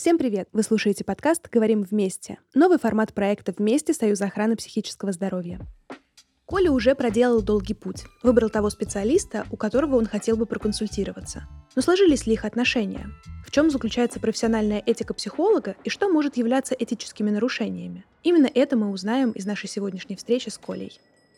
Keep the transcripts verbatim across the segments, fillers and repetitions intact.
Всем привет! Вы слушаете подкаст «Говорим вместе». Новый формат проекта «Вместе. Союза охраны психического здоровья». Коля уже проделал долгий путь. Выбрал того специалиста, у которого он хотел бы проконсультироваться. Но сложились ли их отношения? В чем заключается профессиональная этика психолога и что может являться этическими нарушениями? Именно это мы узнаем из нашей сегодняшней встречи с Колей.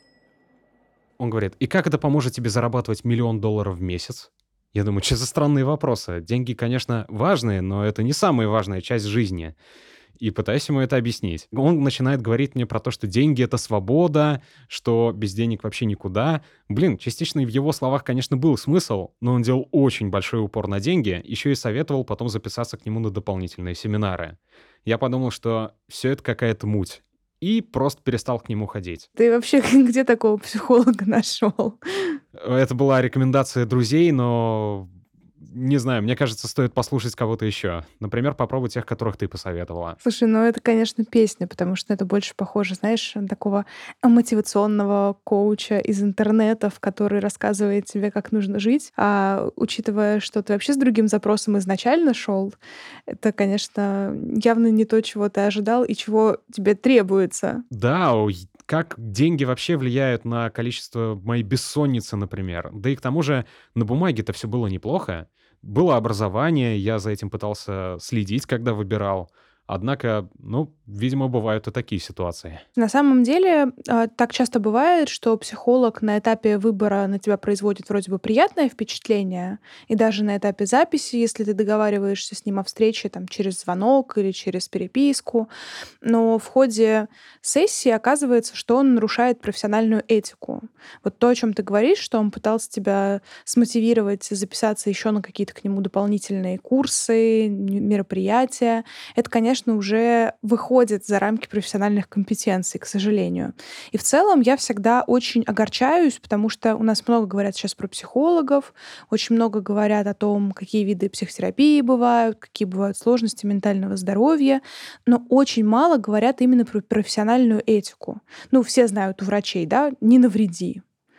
Он говорит: и как это поможет тебе зарабатывать миллион долларов в месяц? Я думаю, что за странные вопросы? Деньги, конечно, важные, но это не самая важная часть жизни. И пытаюсь ему это объяснить. Он начинает говорить мне про то, что деньги — это свобода, что без денег вообще никуда. Блин, частично и в его словах, конечно, был смысл, но он делал очень большой упор на деньги, еще и советовал потом записаться к нему на дополнительные семинары. Я подумал, что все это какая-то муть, и просто перестал к нему ходить. Ты вообще где такого психолога нашел? Это была рекомендация друзей, но не знаю, мне кажется, стоит послушать кого-то еще. Например, попробуй тех, которых ты посоветовала. Слушай, ну это, конечно, песня, потому что это больше похоже, знаешь, на такого мотивационного коуча из интернетов, который рассказывает тебе, как нужно жить. А учитывая, что ты вообще с другим запросом изначально шел, это, конечно, явно не то, чего ты ожидал и чего тебе требуется. Да, ой, как деньги вообще влияют на количество моей бессонницы, например. Да и к тому же на бумаге-то все было неплохо. Было образование, я за этим пытался следить, когда выбирал. Однако, ну, видимо, бывают и такие ситуации. На самом деле, а, так часто бывает, что психолог на этапе выбора на тебя производит вроде бы приятное впечатление, и даже на этапе записи, если ты договариваешься с ним о встрече там, через звонок или через переписку, но в ходе сессии оказывается, что он нарушает профессиональную этику. Вот то, о чем ты говоришь, что он пытался тебя смотивировать записаться еще на какие-то к нему дополнительные курсы, м, мероприятия, это, конечно, уже выходит за рамки профессиональных компетенций, к сожалению. И в целом я всегда очень огорчаюсь, потому что у нас много говорят сейчас про психологов, очень много говорят о том, какие виды психотерапии бывают, какие бывают сложности ментального здоровья, но очень мало говорят именно про профессиональную этику. Ну, все знают у врачей, да, не навреди.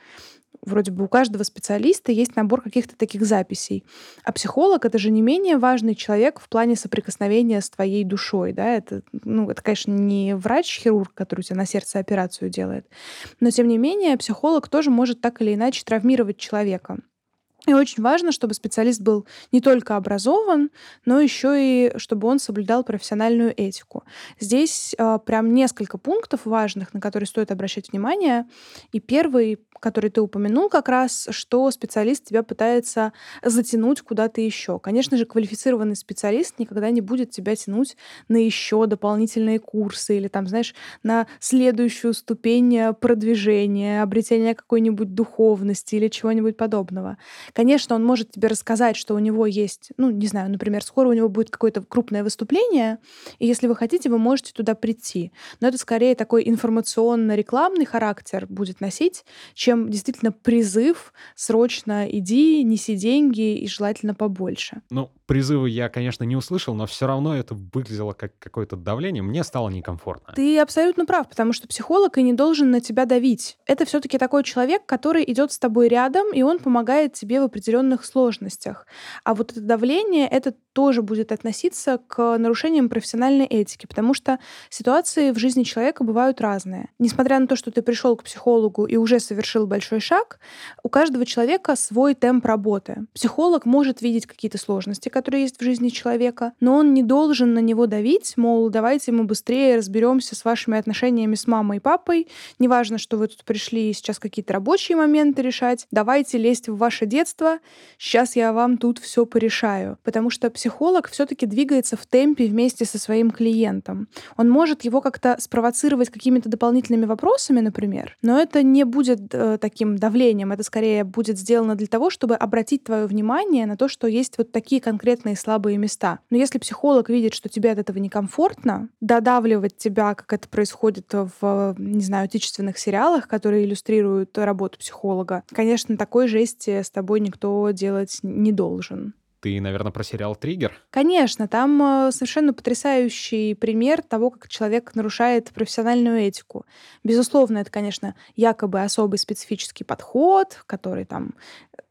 Вроде бы у каждого специалиста есть набор каких-то таких записей. А психолог — это же не менее важный человек в плане соприкосновения с твоей душой. Да? Это, ну, это, конечно, не врач-хирург, который у тебя на сердце операцию делает, но, тем не менее, психолог тоже может так или иначе травмировать человека. И очень важно, чтобы специалист был не только образован, но еще и чтобы он соблюдал профессиональную этику. Здесь э, прям несколько пунктов важных, на которые стоит обращать внимание. И первый, который ты упомянул как раз, что специалист тебя пытается затянуть куда-то еще. Конечно же, квалифицированный специалист никогда не будет тебя тянуть на еще дополнительные курсы или там, знаешь, на следующую ступень продвижения, обретения какой-нибудь духовности или чего-нибудь подобного. Конечно, он может тебе рассказать, что у него есть, ну, не знаю, например, скоро у него будет какое-то крупное выступление, и если вы хотите, вы можете туда прийти. Но это скорее такой информационно-рекламный характер будет носить, чем действительно призыв «срочно иди, неси деньги и желательно побольше». Ну, призывы я, конечно, не услышал, но все равно это выглядело как какое-то давление. Мне стало некомфортно. Ты абсолютно прав, потому что психолог и не должен на тебя давить. Это все-таки такой человек, который идет с тобой рядом, и он помогает тебе в определенных сложностях. А вот это давление, это тоже будет относиться к нарушениям профессиональной этики, потому что ситуации в жизни человека бывают разные. Несмотря на то, что ты пришел к психологу и уже совершил большой шаг, у каждого человека свой темп работы. Психолог может видеть какие-то сложности, которые есть в жизни человека, но он не должен на него давить, мол, давайте мы быстрее разберемся с вашими отношениями с мамой и папой, неважно, что вы тут пришли сейчас какие-то рабочие моменты решать, давайте лезть в ваше детство, сейчас я вам тут все порешаю. Потому что психолог все-таки двигается в темпе вместе со своим клиентом. Он может его как-то спровоцировать какими-то дополнительными вопросами, например, но это не будет э, таким давлением, это скорее будет сделано для того, чтобы обратить твое внимание на то, что есть вот такие конкретные слабые места. Но если психолог видит, что тебе от этого некомфортно, додавливать тебя, как это происходит в, не знаю, отечественных сериалах, которые иллюстрируют работу психолога, конечно, такой жести с тобой никто делать не должен. Ты, наверное, про сериал «Триггер»? Конечно, там э, совершенно потрясающий пример того, как человек нарушает профессиональную этику. Безусловно, это, конечно, якобы особый специфический подход, который там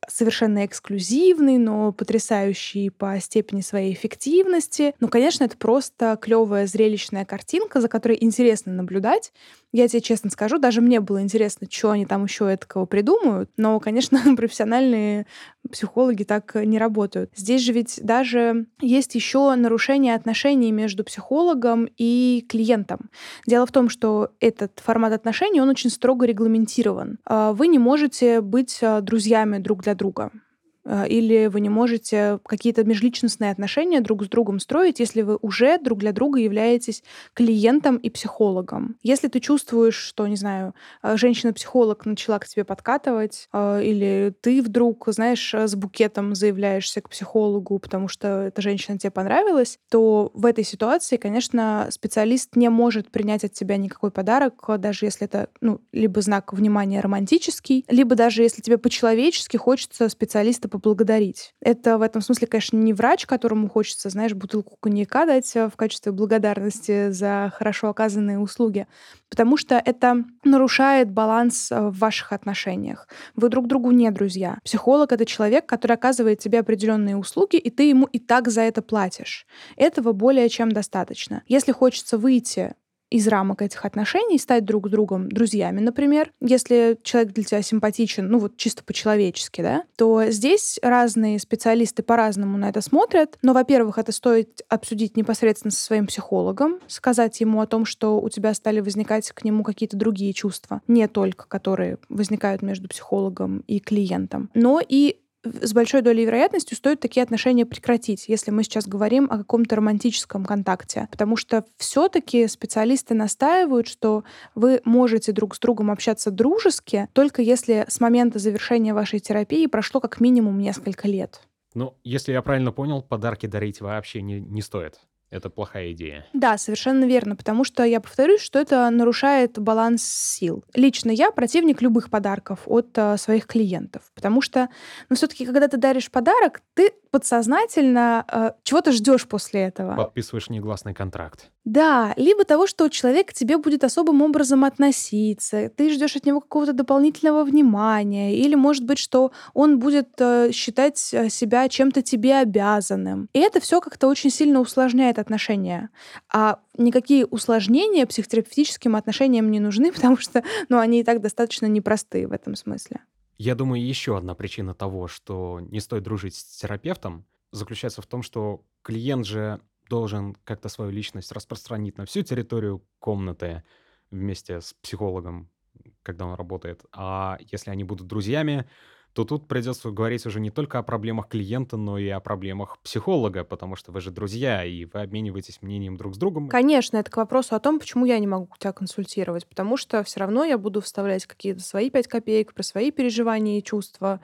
совершенно эксклюзивный, но потрясающий по степени своей эффективности. Ну, конечно, это просто клевая зрелищная картинка, за которой интересно наблюдать. Я тебе честно скажу, даже мне было интересно, что они там еще этакого придумают, но, конечно, профессиональные психологи так не работают. Здесь же ведь даже есть еще нарушение отношений между психологом и клиентом. Дело в том, что этот формат отношений, он очень строго регламентирован. А, Вы не можете быть а, друзьями друг для друга. А, Или вы не можете какие-то межличностные отношения друг с другом строить, если вы уже друг для друга являетесь клиентом и психологом. Если ты чувствуешь, что, не знаю, а, женщина-психолог начала к тебе подкатывать, а, или ты вдруг, знаешь, а, с букетом заявляешься к психологу, потому что эта женщина тебе понравилась, то в этой ситуации, конечно, специалист не может принять от тебя никакой подарок, а, даже если это, ну, либо знак внимания романтический, либо даже если тебе по-человечески хочется специалиста поблагодарить. Это в этом смысле, конечно, не врач, которому хочется, знаешь, бутылку коньяка дать а, в качестве благодарности за хорошо оказанные услуги, потому что это нарушает баланс а, в ваших отношениях. Вы друг другу не друзья. Психолог — это человек, который оказывает тебе определенные услуги, и ты ему и так за это платишь. Этого более чем достаточно. Если хочется выйти из рамок этих отношений, стать друг с другом друзьями, например, если человек для тебя симпатичен, ну вот чисто по-человечески, да, то здесь разные специалисты по-разному на это смотрят. Но, во-первых, это стоит обсудить непосредственно со своим психологом, сказать ему о том, что у тебя стали возникать к нему какие-то другие чувства, не только которые возникают между психологом и клиентом, но и с большой долей вероятности стоит такие отношения прекратить, если мы сейчас говорим о каком-то романтическом контакте. Потому что все-таки специалисты настаивают, что вы можете друг с другом общаться дружески, только если с момента завершения вашей терапии прошло как минимум несколько лет. Ну, если я правильно понял, подарки дарить вообще не, не стоит. Это плохая идея. Да, совершенно верно, потому что я повторюсь, что это нарушает баланс сил. Лично я противник любых подарков от а, своих клиентов, потому что, ну, все-таки, когда ты даришь подарок, ты подсознательно а, чего-то ждешь после этого. Подписываешь негласный контракт. Да, либо того, что человек к тебе будет особым образом относиться, ты ждешь от него какого-то дополнительного внимания, или, может быть, что он будет э, считать э, себя чем-то тебе обязанным. И это все как-то очень сильно усложняет отношения. А никакие усложнения психотерапевтическим отношениям не нужны, потому что, ну, они и так достаточно непростые в этом смысле. Я думаю, еще одна причина того, что не стоит дружить с терапевтом, заключается в том, что клиент же должен как-то свою личность распространить на всю территорию комнаты вместе с психологом, когда он работает. А если они будут друзьями, то тут придется говорить уже не только о проблемах клиента, но и о проблемах психолога, потому что вы же друзья, и вы обмениваетесь мнением друг с другом. Конечно, это к вопросу о том, почему я не могу тебя консультировать, потому что все равно я буду вставлять какие-то свои пять копеек про свои переживания и чувства.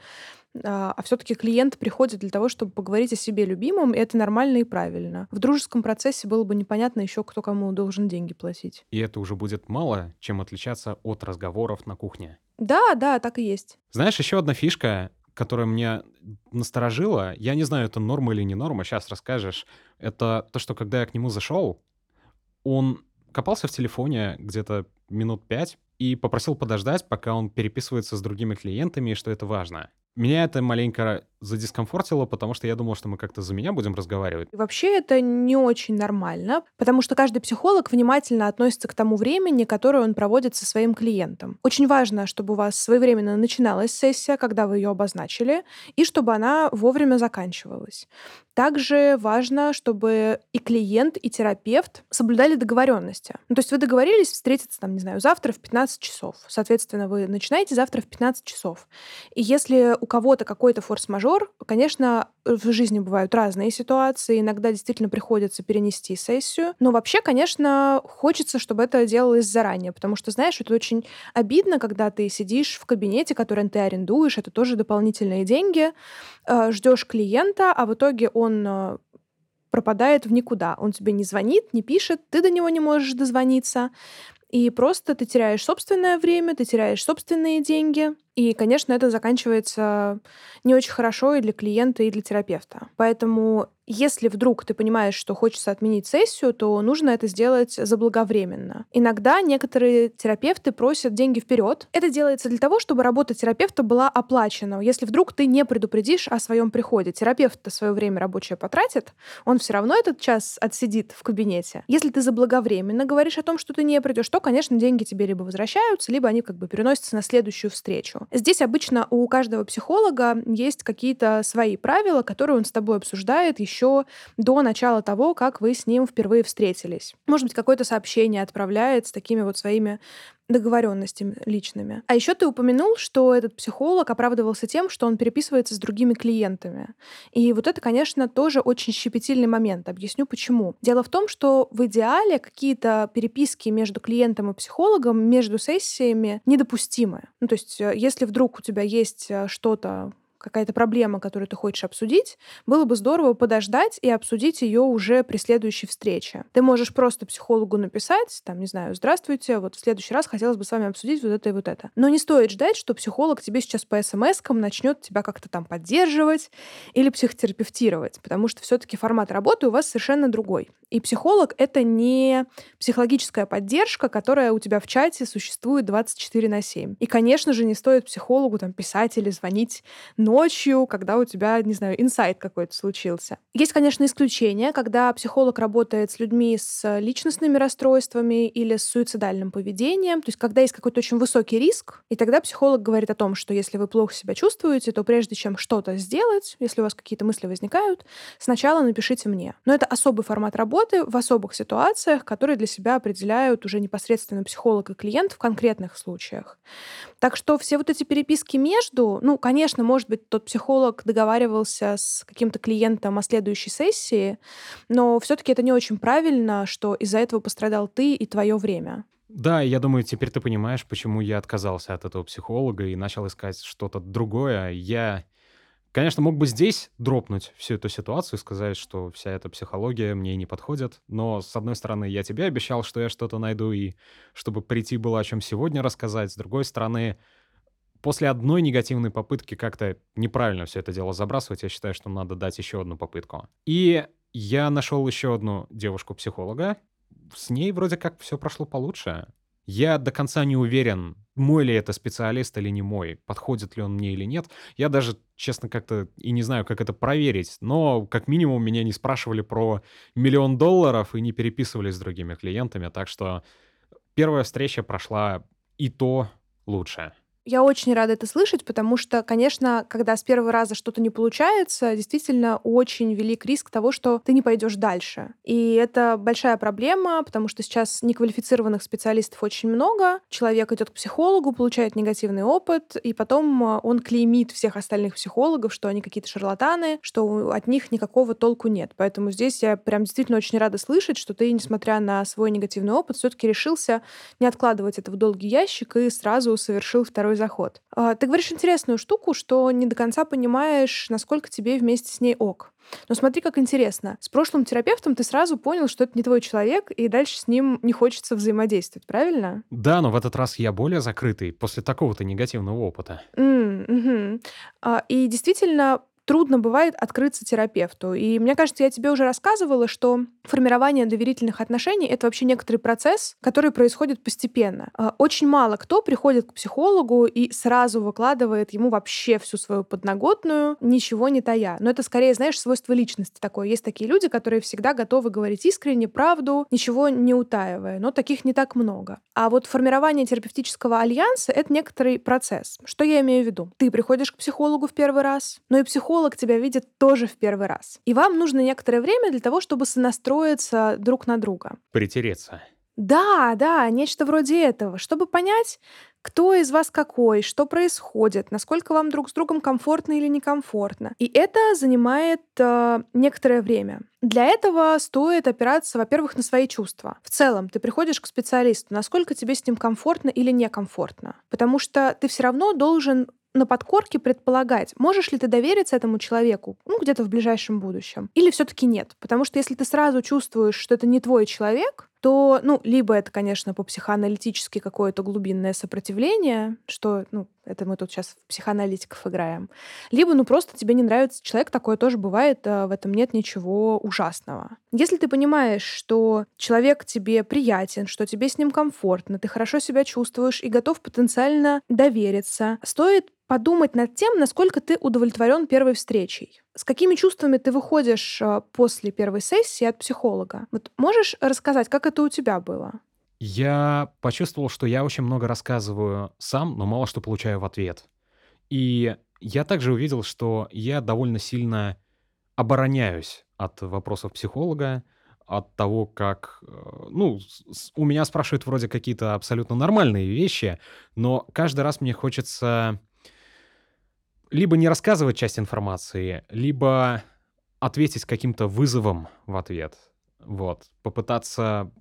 А все таки клиент приходит для того, чтобы поговорить о себе любимом, и это нормально и правильно. В дружеском процессе было бы непонятно еще, кто кому должен деньги платить. И это уже будет мало, чем отличаться от разговоров на кухне. Да, да, так и есть. Знаешь, еще одна фишка, которая меня насторожила, я не знаю, это норма или не норма, сейчас расскажешь, это то, что когда я к нему зашел, он копался в телефоне где-то минут пять и попросил подождать, пока он переписывается с другими клиентами, и что это важно. Меня это маленько задискомфортило, потому что я думал, что мы как-то за меня будем разговаривать. И вообще это не очень нормально, потому что каждый психолог внимательно относится к тому времени, которое он проводит со своим клиентом. Очень важно, чтобы у вас своевременно начиналась сессия, когда вы ее обозначили, и чтобы она вовремя заканчивалась. Также важно, чтобы и клиент, и терапевт соблюдали договоренности. Ну, то есть вы договорились встретиться, там, не знаю, завтра в пятнадцать часов. Соответственно, вы начинаете завтра в пятнадцать часов. И если у кого-то какой-то форс-мажор, конечно, в жизни бывают разные ситуации, иногда действительно приходится перенести сессию, но вообще, конечно, хочется, чтобы это делалось заранее, потому что, знаешь, это очень обидно, когда ты сидишь в кабинете, который ты арендуешь, это тоже дополнительные деньги, э, ждешь клиента, а в итоге он э, пропадает в никуда. Он тебе не звонит, не пишет, ты до него не можешь дозвониться. И просто ты теряешь собственное время, ты теряешь собственные деньги. И, конечно, это заканчивается не очень хорошо и для клиента, и для терапевта. Поэтому Если вдруг ты понимаешь, что хочется отменить сессию, то нужно это сделать заблаговременно. Иногда некоторые терапевты просят деньги вперед. Это делается для того, чтобы работа терапевта была оплачена. Если вдруг ты не предупредишь о своем приходе, терапевт-то свое время рабочее потратит, он все равно этот час отсидит в кабинете. Если ты заблаговременно говоришь о том, что ты не придешь, то, конечно, деньги тебе либо возвращаются, либо они как бы переносятся на следующую встречу. Здесь обычно у каждого психолога есть какие-то свои правила, которые он с тобой обсуждает еще до начала того, как вы с ним впервые встретились. Может быть, какое-то сообщение отправляет с такими вот своими договоренностями личными. А еще ты упомянул, что этот психолог оправдывался тем, что он переписывается с другими клиентами. И вот это, конечно, тоже очень щепетильный момент. Объясню почему. Дело в том, что в идеале какие-то переписки между клиентом и психологом между сессиями недопустимы. Ну, то есть, э, если вдруг у тебя есть э, что-то, какая-то проблема, которую ты хочешь обсудить, было бы здорово подождать и обсудить ее уже при следующей встрече. Ты можешь просто психологу написать, там, не знаю, здравствуйте, вот в следующий раз хотелось бы с вами обсудить вот это и вот это. Но не стоит ждать, что психолог тебе сейчас по смс-кам начнет тебя как-то там поддерживать или психотерапевтировать, потому что все-таки формат работы у вас совершенно другой. И психолог — это не психологическая поддержка, которая у тебя в чате существует двадцать четыре на семь. И, конечно же, не стоит психологу там писать или звонить ночью, когда у тебя, не знаю, инсайт какой-то случился. Есть, конечно, исключения, когда психолог работает с людьми с личностными расстройствами или с суицидальным поведением, то есть когда есть какой-то очень высокий риск, и тогда психолог говорит о том, что если вы плохо себя чувствуете, то прежде чем что-то сделать, если у вас какие-то мысли возникают, сначала напишите мне. Но это особый формат работы в особых ситуациях, которые для себя определяют уже непосредственно психолог и клиент в конкретных случаях. Так что все вот эти переписки между, ну, конечно, может быть, тот психолог договаривался с каким-то клиентом о следующей сессии, но все-таки это не очень правильно, что из-за этого пострадал ты и твое время. Да, я думаю, теперь ты понимаешь, почему я отказался от этого психолога и начал искать что-то другое. Я, конечно, мог бы здесь дропнуть всю эту ситуацию и сказать, что вся эта психология мне не подходит, но, с одной стороны, я тебе обещал, что я что-то найду, и чтобы прийти было о чем сегодня рассказать, с другой стороны, после одной негативной попытки как-то неправильно все это дело забрасывать, я считаю, что надо дать еще одну попытку. И я нашел еще одну девушку-психолога, с ней вроде как все прошло получше. Я до конца не уверен, мой ли это специалист или не мой, подходит ли он мне или нет. Я даже, честно, как-то и не знаю, как это проверить, но как минимум меня не спрашивали про миллион долларов и не переписывались с другими клиентами, так что первая встреча прошла и то лучше. Я очень рада это слышать, потому что, конечно, когда с первого раза что-то не получается, действительно очень велик риск того, что ты не пойдешь дальше. И это большая проблема, потому что сейчас неквалифицированных специалистов очень много. Человек идет к психологу, получает негативный опыт, и потом а, он клеймит всех остальных психологов, что они какие-то шарлатаны, что от них никакого толку нет. Поэтому здесь я прям действительно очень рада слышать, что ты, несмотря на свой негативный опыт, все-таки решился не откладывать это в долгий ящик и сразу совершил второй заход. А, Ты говоришь интересную штуку, что не до конца понимаешь, насколько тебе вместе с ней ок. Но смотри, как интересно. С прошлым терапевтом ты сразу понял, что это не твой человек, и дальше с ним не хочется взаимодействовать, правильно? Да, но в этот раз я более закрытый после такого-то негативного опыта. М, мгм. А, И действительно, трудно бывает открыться терапевту. И мне кажется, я тебе уже рассказывала, что формирование доверительных отношений — это вообще некоторый процесс, который происходит постепенно. А, Очень мало кто приходит к психологу и сразу выкладывает ему вообще всю свою подноготную, ничего не тая. Но это скорее, знаешь, свойство личности такое. Есть такие люди, которые всегда готовы говорить искренне, правду, ничего не утаивая. Но таких не так много. А вот формирование терапевтического альянса — это некоторый процесс. Что я имею в виду? Ты приходишь к психологу в первый раз, но и психолог тебя видит тоже в первый раз. И вам нужно некоторое время для того, чтобы сонастроиться друг на друга. Притереться. Да, да, нечто вроде этого, чтобы понять, кто из вас какой, что происходит, насколько вам друг с другом комфортно или некомфортно. И это занимает э, некоторое время. Для этого стоит опираться, во-первых, на свои чувства. В целом, ты приходишь к специалисту, насколько тебе с ним комфортно или некомфортно. Потому что ты все равно должен на подкорке предполагать, можешь ли ты довериться этому человеку, ну, где-то в ближайшем будущем, или все-таки нет. Потому что если ты сразу чувствуешь, что это не твой человек, то, ну, либо это, конечно, по-психоаналитически какое-то глубинное сопротивление, что, ну, это мы тут сейчас в психоаналитиков играем, либо, ну, просто тебе не нравится человек, такое тоже бывает, а, в этом нет ничего ужасного. Если ты понимаешь, что человек тебе приятен, что тебе с ним комфортно, ты хорошо себя чувствуешь и готов потенциально довериться, стоит подумать над тем, насколько ты удовлетворен первой встречей. С какими чувствами ты выходишь а, после первой сессии от психолога? Вот можешь рассказать, как это у тебя было? Я почувствовал, что я очень много рассказываю сам, но мало что получаю в ответ. И я также увидел, что я довольно сильно обороняюсь от вопросов психолога, от того, как, э, ну, с- с- у меня спрашивают вроде какие-то абсолютно нормальные вещи, но каждый раз мне хочется либо не рассказывать часть информации, либо ответить каким-то вызовом в ответ. Вот. Попытаться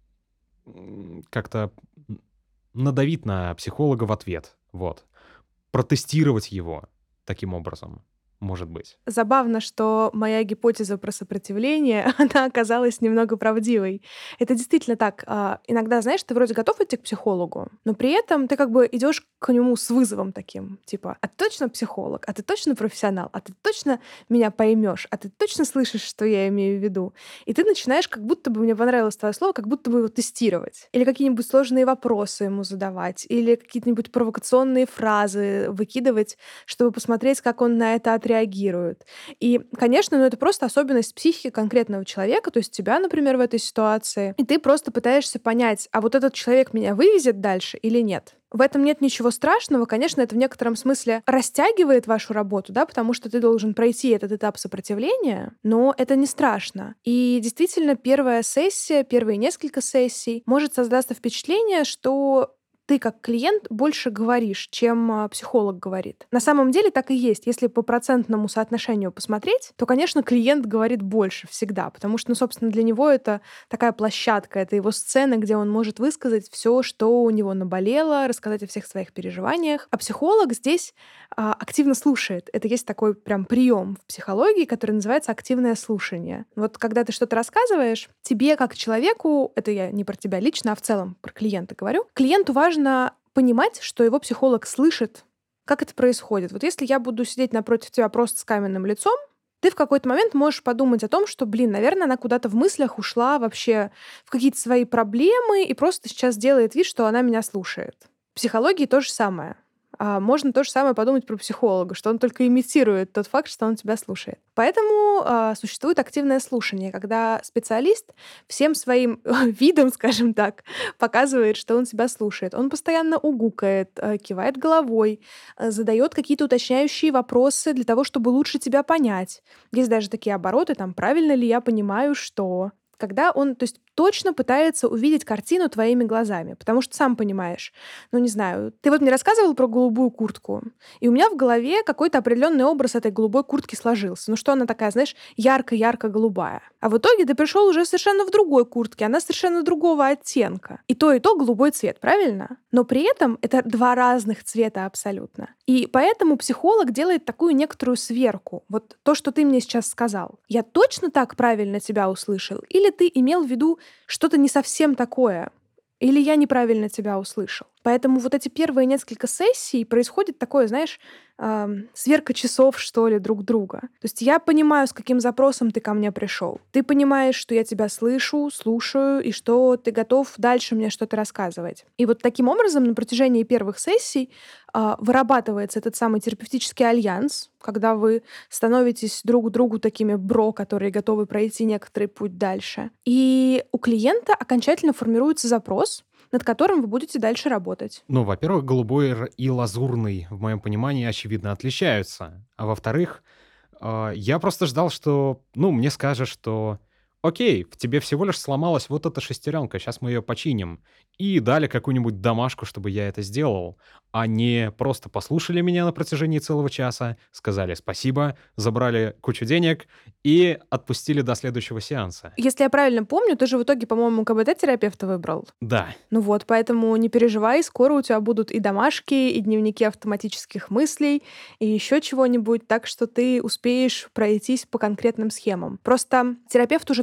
м, как-то н- надавить на психолога в ответ. Вот. Протестировать его таким образом, может быть. Забавно, что моя гипотеза про сопротивление, она оказалась немного правдивой. Это действительно так. А, Иногда, знаешь, ты вроде готов идти к психологу, но при этом ты как бы идешь к нему с вызовом таким, типа, а ты точно психолог? А ты точно профессионал? А ты точно меня поймешь? А ты точно слышишь, что я имею в виду? И ты начинаешь, как будто бы, мне понравилось твое слово, как будто бы его тестировать. Или какие-нибудь сложные вопросы ему задавать, или какие-нибудь провокационные фразы выкидывать, чтобы посмотреть, как он на это отреагирует. И, конечно, ну, это просто особенность психики конкретного человека, то есть тебя, например, в этой ситуации, и ты просто пытаешься понять, а вот этот человек меня вывезет дальше или нет. В этом нет ничего страшного. Конечно, это в некотором смысле растягивает вашу работу, да, потому что ты должен пройти этот этап сопротивления, но это не страшно. И действительно, первая сессия, первые несколько сессий может создаться впечатление, что ты как клиент больше говоришь, чем а, психолог говорит. На самом деле так и есть. Если по процентному соотношению посмотреть, то, конечно, клиент говорит больше всегда, потому что, ну, собственно, для него это такая площадка, это его сцена, где он может высказать все, что у него наболело, рассказать о всех своих переживаниях. А психолог здесь а, активно слушает. Это есть такой прям прием в психологии, который называется активное слушание. Вот когда ты что-то рассказываешь, тебе как человеку, это я не про тебя лично, а в целом про клиента говорю, клиенту важно понимать, что его психолог слышит, как это происходит. Вот если я буду сидеть напротив тебя просто с каменным лицом, ты в какой-то момент можешь подумать о том, что, блин, наверное, она куда-то в мыслях ушла вообще в какие-то свои проблемы и просто сейчас делает вид, что она меня слушает. В психологии то же самое. А можно то же самое подумать про психолога, что он только имитирует тот факт, что он тебя слушает. Поэтому а, существует активное слушание, когда специалист всем своим видом, скажем так, показывает, что он тебя слушает. Он постоянно угукает, э, кивает головой, э, задает какие-то уточняющие вопросы для того, чтобы лучше тебя понять. Есть даже такие обороты, там, правильно ли я понимаю, что... Когда он, то есть, точно пытается увидеть картину твоими глазами. Потому что сам понимаешь, ну, не знаю, ты вот мне рассказывал про голубую куртку, и у меня в голове какой-то определенный образ этой голубой куртки сложился. Ну, что она такая, знаешь, ярко-ярко-голубая. А в итоге ты пришел уже совершенно в другой куртке, она совершенно другого оттенка. И то, и то голубой цвет, правильно? Но при этом это два разных цвета абсолютно. И поэтому психолог делает такую некоторую сверку. Вот то, что ты мне сейчас сказал. Я точно так правильно тебя услышал? Или ты имел в виду что-то не совсем такое? Или я неправильно тебя услышал? Поэтому вот эти первые несколько сессий происходит такое, знаешь, ам, сверка часов, что ли, друг друга. То есть я понимаю, с каким запросом ты ко мне пришел. Ты понимаешь, что я тебя слышу, слушаю, и что ты готов дальше мне что-то рассказывать. И вот таким образом на протяжении первых сессий а, вырабатывается этот самый терапевтический альянс, когда вы становитесь друг другу такими бро, которые готовы пройти некоторый путь дальше. И у клиента окончательно формируется запрос, над которым вы будете дальше работать. Ну, во-первых, голубой р- и лазурный, в моем понимании, очевидно, отличаются. А во-вторых, а, я просто ждал, что, ну, мне скажешь, что окей, в тебе всего лишь сломалась вот эта шестеренка, сейчас мы ее починим. И дали какую-нибудь домашку, чтобы я это сделал. А не просто послушали меня на протяжении целого часа, сказали спасибо, забрали кучу денег и отпустили до следующего сеанса. Если я правильно помню, ты же в итоге, по-моему, КБТ-терапевта выбрал. Да, Ну вот, поэтому не переживай, скоро у тебя будут и домашки, и дневники автоматических мыслей, и еще чего-нибудь, так что ты успеешь пройтись по конкретным схемам. Просто терапевт уже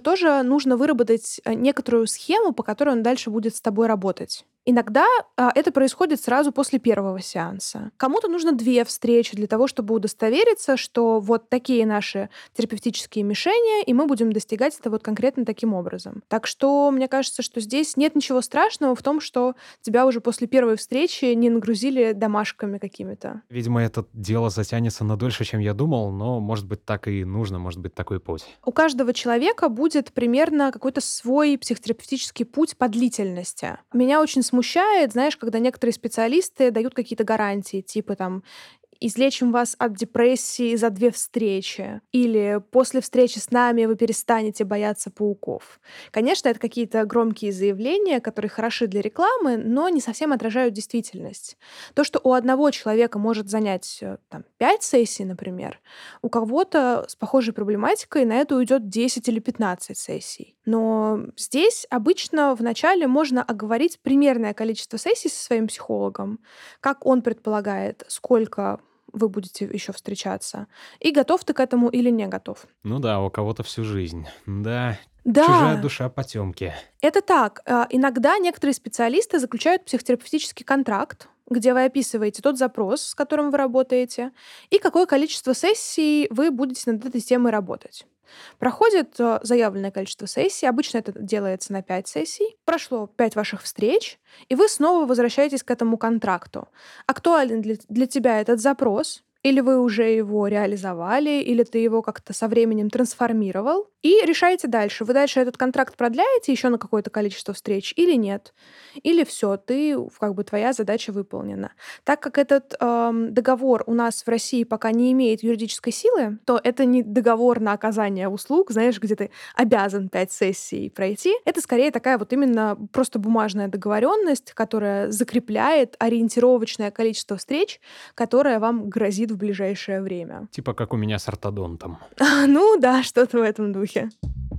тоже нужно выработать э, некоторую схему, по которой он дальше будет с тобой работать. Иногда а, это происходит сразу после первого сеанса. Кому-то нужно две встречи для того, чтобы удостовериться, что вот такие наши терапевтические мишени, и мы будем достигать это вот конкретно таким образом. Так что мне кажется, что здесь нет ничего страшного в том, что тебя уже после первой встречи не нагрузили домашками какими-то. Видимо, это дело затянется на дольше, чем я думал, но, может быть, так и нужно, может быть, такой путь. У каждого человека будет примерно какой-то свой психотерапевтический путь по длительности. Меня очень смущает, знаешь, когда некоторые специалисты дают какие-то гарантии, типа там излечим вас от депрессии за две встречи. Или после встречи с нами вы перестанете бояться пауков. Конечно, это какие-то громкие заявления, которые хороши для рекламы, но не совсем отражают действительность. То, что у одного человека может занять э, там, пять сессий, например, у кого-то с похожей проблематикой на это уйдет десять или пятнадцать сессий. Но здесь обычно вначале можно оговорить примерное количество сессий со своим психологом, как он предполагает, сколько вы будете еще встречаться, и готов ты к этому или не готов. Ну да, у кого-то всю жизнь. Да, чужая Да, душа потемки. это так. А, Иногда некоторые специалисты заключают психотерапевтический контракт, где вы описываете тот запрос, с которым вы работаете, и какое количество сессий вы будете над этой темой работать. Проходит э, заявленное количество сессий, обычно это делается на пять сессий, прошло пять ваших встреч, и вы снова возвращаетесь к этому контракту. Актуален для, для тебя этот запрос, или вы уже его реализовали, или ты его как-то со временем трансформировал, и решаете дальше. Вы дальше этот контракт продляете еще на какое-то количество встреч или нет. Или все, ты, как бы твоя задача выполнена. Так как этот эм, договор у нас в России пока не имеет юридической силы, то это не договор на оказание услуг, знаешь, где ты обязан пять сессий пройти. Это скорее такая вот именно просто бумажная договоренность, которая закрепляет ориентировочное количество встреч, которое вам грозит в ближайшее время. Типа как у меня с ортодонтом. Ну да, что-то в этом духе.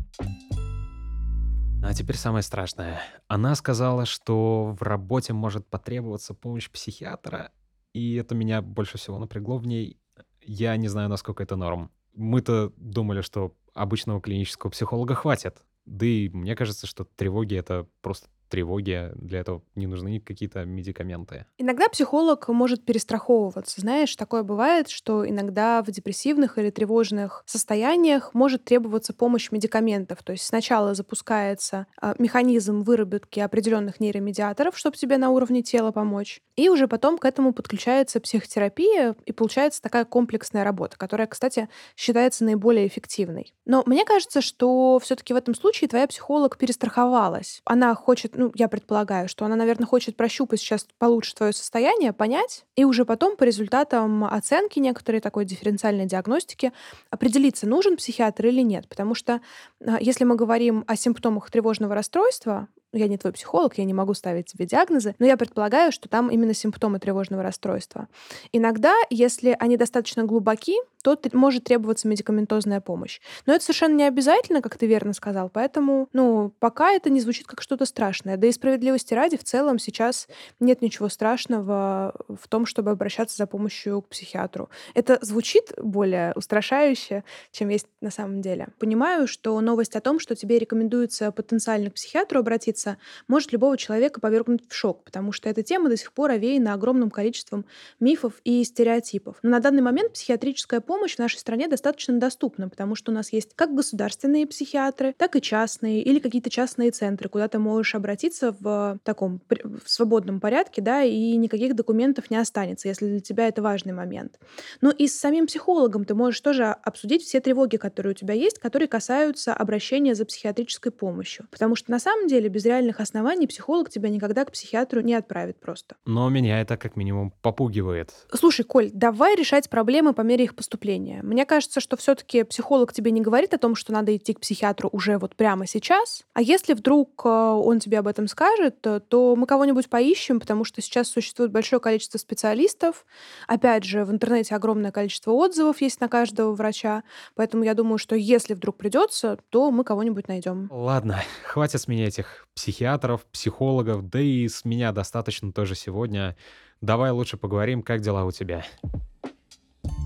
А теперь самое страшное. Она сказала, что в работе может потребоваться помощь психиатра, и это меня больше всего напрягло в ней. Я не знаю, насколько это норм. Мы-то думали, что обычного клинического психолога хватит. Да и мне кажется, что тревоги — это просто тревоги. Для этого не нужны какие-то медикаменты. Иногда психолог может перестраховываться. Знаешь, такое бывает, что иногда в депрессивных или тревожных состояниях может требоваться помощь медикаментов. То есть сначала запускается а, механизм выработки определенных нейромедиаторов, чтобы тебе на уровне тела помочь. И уже потом к этому подключается психотерапия, и получается такая комплексная работа, которая, кстати, считается наиболее эффективной. Но мне кажется, что все-таки в этом случае твоя психолог перестраховалась. Она хочет, ну, я предполагаю, что она, наверное, хочет прощупать сейчас получше твое состояние, понять, и уже потом по результатам оценки некоторой такой дифференциальной диагностики определиться, нужен психиатр или нет. Потому что а, если мы говорим о симптомах тревожного расстройства, я не твой психолог, я не могу ставить тебе диагнозы, но я предполагаю, что там именно симптомы тревожного расстройства. Иногда, если они достаточно глубоки, то т- может требоваться медикаментозная помощь. Но это совершенно не обязательно, как ты верно сказал, поэтому, ну, пока это не звучит как что-то страшное. Да и справедливости ради, в целом сейчас нет ничего страшного в том, чтобы обращаться за помощью к психиатру. Это звучит более устрашающе, чем есть на самом деле. Понимаю, что новость о том, что тебе рекомендуется потенциально к психиатру обратиться, может любого человека повергнуть в шок, потому что эта тема до сих пор овеяна огромным количеством мифов и стереотипов. Но на данный момент психиатрическая помощь в нашей стране достаточно доступна, потому что у нас есть как государственные психиатры, так и частные, или какие-то частные центры, куда ты можешь обратиться в таком пр- в свободном порядке, да, и никаких документов не останется, если для тебя это важный момент. Но и с самим психологом ты можешь тоже обсудить все тревоги, которые у тебя есть, которые касаются обращения за психиатрической помощью. Потому что на самом деле без реальных оснований психолог тебя никогда к психиатру не отправит просто. Но меня это как минимум попугивает. Слушай, Коль, давай решать проблемы по мере их поступления. Мне кажется, что все-таки психолог тебе не говорит о том, что надо идти к психиатру уже вот прямо сейчас. А если вдруг э, он тебе об этом скажет, то, то мы кого-нибудь поищем, потому что сейчас существует большое количество специалистов. Опять же, в интернете огромное количество отзывов есть на каждого врача. Поэтому я думаю, что если вдруг придется, то мы кого-нибудь найдем. Ладно, хватит с меня этих психиатров, психологов, да и с меня достаточно тоже сегодня. Давай лучше поговорим, как дела у тебя.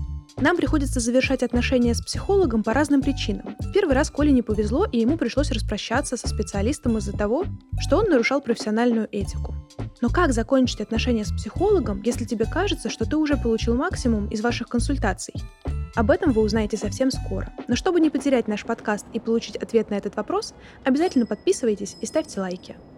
Нам приходится завершать отношения с психологом по разным причинам. В первый раз Коле не повезло, и ему пришлось распрощаться со специалистом из-за того, что он нарушал профессиональную этику. Но как закончить отношения с психологом, если тебе кажется, что ты уже получил максимум из ваших консультаций? Об этом вы узнаете совсем скоро. Но чтобы не потерять наш подкаст и получить ответ на этот вопрос, обязательно подписывайтесь и ставьте лайки.